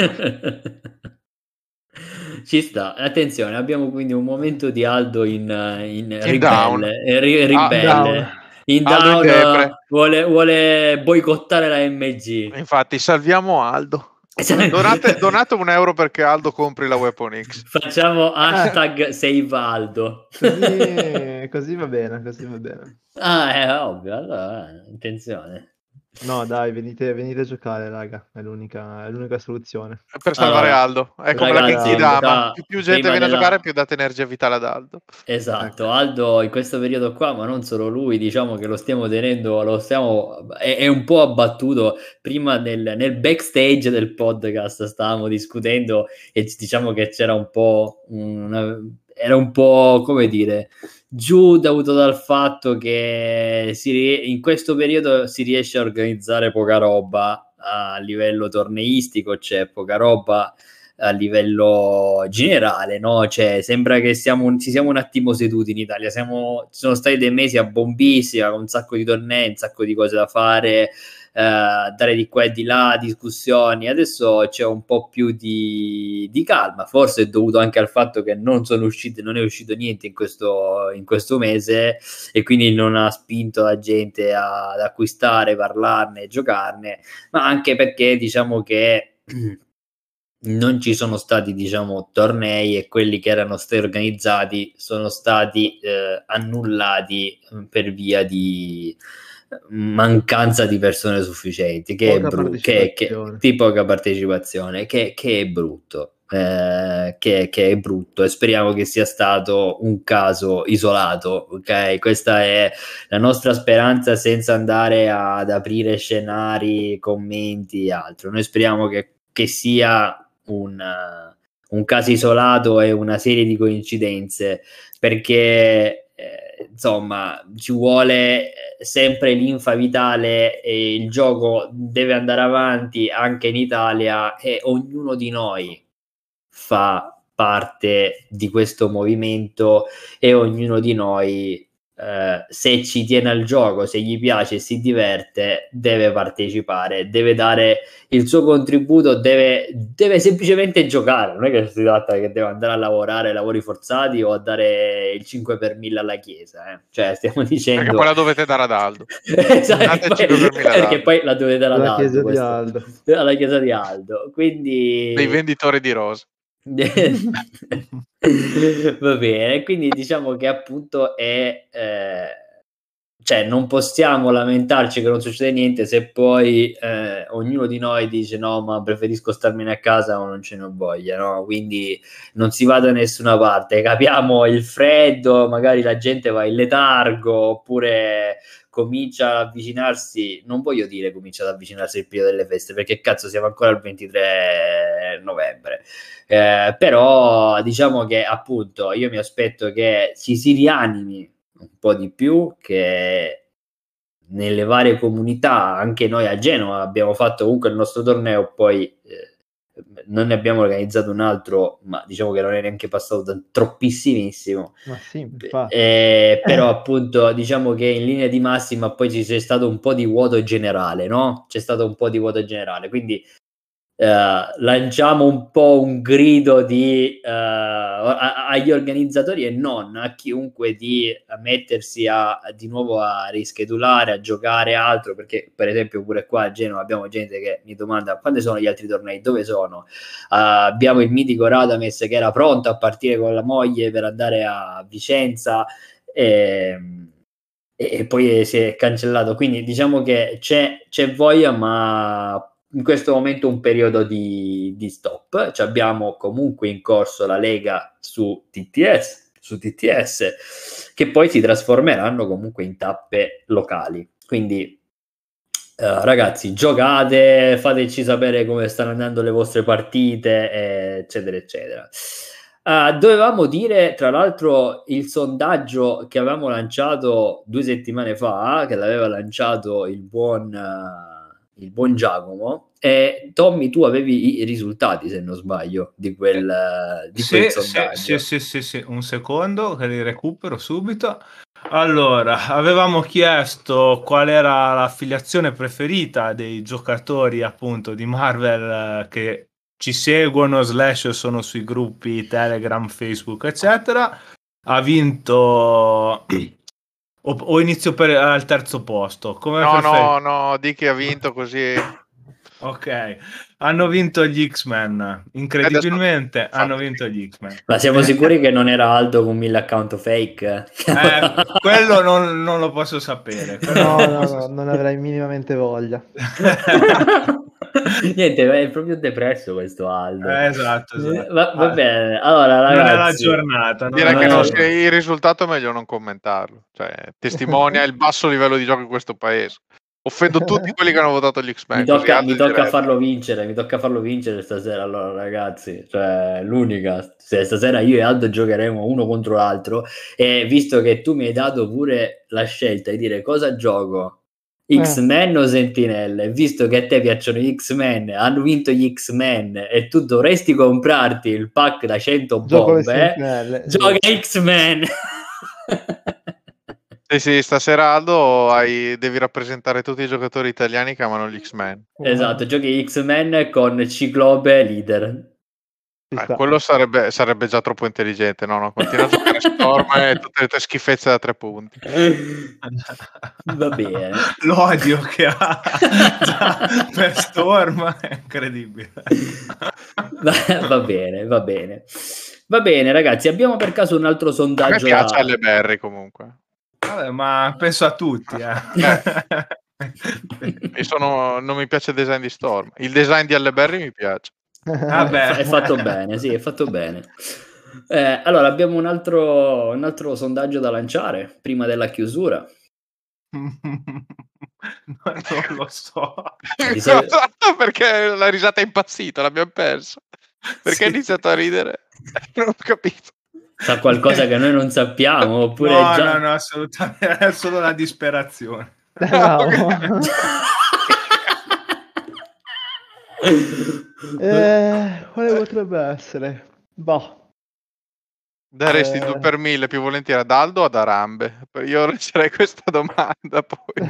Ci sta, attenzione, abbiamo quindi un momento di Aldo in, in In down. ribelle, eh, ri- Ah, ribelle, in Aldo in down, depre. eh, vuole, vuole boicottare la M G. Infatti, salviamo Aldo. Donate, donate un euro perché Aldo compri la Weapon X. Facciamo hashtag save Aldo. Così, così va bene, così va bene. Ah, è ovvio, allora, attenzione. No, dai, venite, venite a giocare, raga. È l'unica, è l'unica soluzione. Per salvare Allora, Aldo. È come la ragazzi, Genkidama. da- Più, più gente prima viene a giocare, della... più date energia vitale ad Aldo. Esatto, Ecco. Aldo in questo periodo qua, ma non solo lui, diciamo che lo stiamo tenendo, lo stiamo, è, è un po' abbattuto. Prima nel, nel backstage del podcast stavamo discutendo e diciamo che c'era un po' una, era un po', come dire, giù dovuto dal fatto che si, rie- in questo periodo si riesce a organizzare poca roba a livello torneistico, c'è poca roba a livello generale, no? Cioè, sembra che siamo, ci siamo un attimo seduti in Italia. Siamo, ci sono stati dei mesi a bombissima, con un sacco di tornei, un sacco di cose da fare, eh, dare di qua e di là, discussioni. Adesso c'è un po' più di, di calma. Forse è dovuto anche al fatto che non sono uscite, non è uscito niente in questo, in questo mese e quindi non ha spinto la gente a, ad acquistare, parlarne, giocarne, ma anche perché diciamo che non ci sono stati, diciamo, tornei e quelli che erano stati organizzati sono stati eh, annullati per via di mancanza di persone sufficienti, che Poca è brutto, che, che, partecipazione. di poca partecipazione, che, che è brutto, eh, che, che è brutto e speriamo che sia stato un caso isolato, ok? Questa è la nostra speranza senza andare ad aprire scenari, commenti e altro. Noi speriamo che, che sia un, uh, un caso isolato e una serie di coincidenze, perché eh, insomma ci vuole sempre linfa vitale e il gioco deve andare avanti anche in Italia e ognuno di noi fa parte di questo movimento e ognuno di noi eh, se ci tiene al gioco, se gli piace e si diverte, deve partecipare, deve dare il suo contributo, deve, deve semplicemente giocare. Non è che si tratta che deve andare a lavorare lavori forzati o a dare il cinque per mille alla chiesa, eh. Cioè stiamo dicendo Perché poi la dovete dare ad Aldo. esatto, Date poi, cinque per mille ad perché Aldo. poi la dovete dare ad Alla Aldo, chiesa di questo. Aldo. Alla chiesa di Aldo, quindi Dei venditori di rose. va bene, quindi diciamo che appunto è eh, cioè non possiamo lamentarci che non succede niente se poi eh, ognuno di noi dice no, ma preferisco starmene a casa o non ce ne ho voglia, no? Quindi non si va da nessuna parte. Capiamo il freddo, magari la gente va in letargo oppure comincia ad avvicinarsi, non voglio dire comincia ad avvicinarsi il periodo delle feste, perché cazzo siamo ancora al ventitré novembre, eh, però diciamo che appunto io mi aspetto che ci si rianimi un po' di più, che nelle varie comunità, anche noi a Genova abbiamo fatto comunque il nostro torneo, poi eh, non ne abbiamo organizzato un altro, ma diciamo che non è neanche passato da troppissimissimo. Ma sì, infatti. Eh, però appunto diciamo che in linea di massima poi ci c'è stato un po' di vuoto generale, no? C'è stato un po' di vuoto generale, quindi Uh, lanciamo un po' un grido di, uh, a, agli organizzatori e non a chiunque di a mettersi a, a di nuovo a rischedulare, a giocare altro, perché per esempio pure qua a Genova abbiamo gente che mi domanda quando sono gli altri tornei, dove sono? Uh, abbiamo il mitico Radames che era pronto a partire con la moglie per andare a Vicenza e, e poi si è cancellato, quindi diciamo che c'è, c'è voglia, ma in questo momento un periodo di, di stop. Ci abbiamo comunque in corso la Lega su T T S, su T T S, che poi si trasformeranno comunque in tappe locali. Quindi uh, ragazzi, giocate, fateci sapere come stanno andando le vostre partite, eccetera, eccetera. Uh, dovevamo dire, tra l'altro, il sondaggio che avevamo lanciato due settimane fa, che l'aveva lanciato il buon... Uh, il buon Giacomo, e Tommy tu avevi i risultati se non sbaglio di quel, di sì, quel sì, sondaggio. sì, sì, sì, sì, un secondo che li recupero subito. Allora, avevamo chiesto qual era l'affiliazione preferita dei giocatori appunto di Marvel eh, che ci seguono, slash sono sui gruppi Telegram, Facebook, eccetera. Ha vinto o, o inizio per, al terzo posto, come No, preferite? no, no, di chi ha vinto così. Ok, hanno vinto gli X-Men, incredibilmente adesso... hanno vinto gli X-Men. Ma siamo sicuri che non era Aldo con mille account fake? Eh, quello non, non lo posso sapere. No, no, no, non avrei minimamente voglia. Niente, è proprio depresso questo Aldo. Eh, esatto, esatto. Va, va bene, allora ragazzi, non è la giornata. Direi che non sia il risultato è meglio non commentarlo. Cioè, testimonia il basso livello di gioco in questo paese. Offendo tutti quelli che hanno votato gli X-Men. Mi tocca, mi tocca farlo vincere, mi tocca farlo vincere stasera. Allora, ragazzi, cioè l'unica. Se stasera io e Aldo giocheremo uno contro l'altro, e visto che tu mi hai dato pure la scelta di dire cosa gioco, X-Men eh. o Sentinelle, visto che a te piacciono gli X-Men, hanno vinto gli X-Men e tu dovresti comprarti il pack da cento bombe, eh, gioca sì. X-Men. Sì, sì, stasera Aldo hai, devi rappresentare tutti i giocatori italiani che amano gli X-Men. Esatto, giochi X-Men con Ciclope leader. Eh, quello sarebbe, sarebbe già troppo intelligente, no? no? Continua a giocare Storm e tutte le tue schifezze da tre punti. Va bene. L'odio che ha per Storm è incredibile. Va, va bene, va bene. Va bene, ragazzi, abbiamo per caso un altro sondaggio. A me piace da... Halle Berry comunque. Vabbè, ma penso a tutti. Eh. eh. sono, non mi piace il design di Storm. Il design di Halle Berry mi piace. Vabbè. È fatto bene, sì, è fatto bene. Eh, allora, abbiamo un altro, un altro sondaggio da lanciare prima della chiusura. Non lo so. Solito... Perché la risata è impazzita, l'abbiamo perso. Perché sì. Ha iniziato a ridere? Non ho capito. Sa qualcosa che noi non sappiamo? Oppure no, già... no, no, assolutamente. È solo la disperazione. No. eh, quale potrebbe essere? Boh. Daresti il due per mille più volentieri ad Aldo o ad Arambe? Io lancerei questa domanda poi.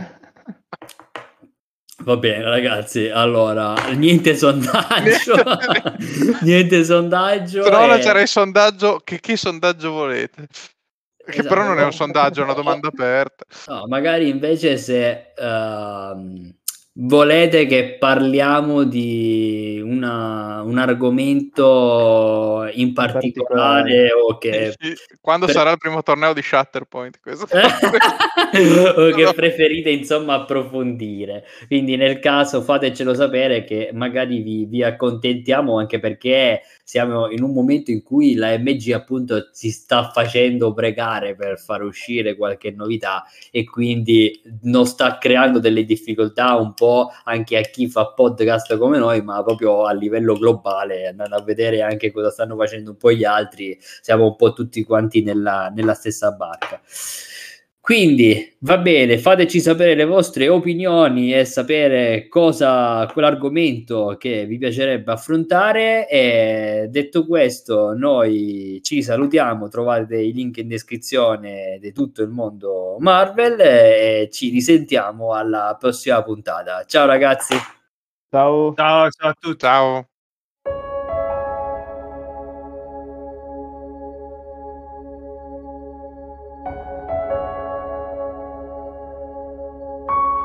Va bene ragazzi, allora niente sondaggio. Niente sondaggio. Però e... lancerei sondaggio. Che, che sondaggio volete? Che esatto, però non è un sondaggio, è una domanda aperta. No, magari invece se uh, volete che parliamo di una, un argomento in particolare, in particolare. O che quando per... sarà il primo torneo di Shatterpoint questo o che preferite insomma approfondire, quindi nel caso fatecelo sapere che magari vi, vi accontentiamo, anche perché siamo in un momento in cui la M G appunto si sta facendo pregare per far uscire qualche novità e quindi non sta creando delle difficoltà un po' anche a chi fa podcast come noi, ma proprio a livello globale, andando a vedere anche cosa stanno facendo un po' gli altri, siamo un po' tutti quanti nella, nella stessa barca. Quindi va bene, fateci sapere le vostre opinioni e sapere cosa, quell'argomento che vi piacerebbe affrontare. E detto questo, noi ci salutiamo, trovate i link in descrizione di tutto il mondo Marvel e ci risentiamo alla prossima puntata. Ciao ragazzi. Ciao. Ciao, ciao a tutti. Ciao.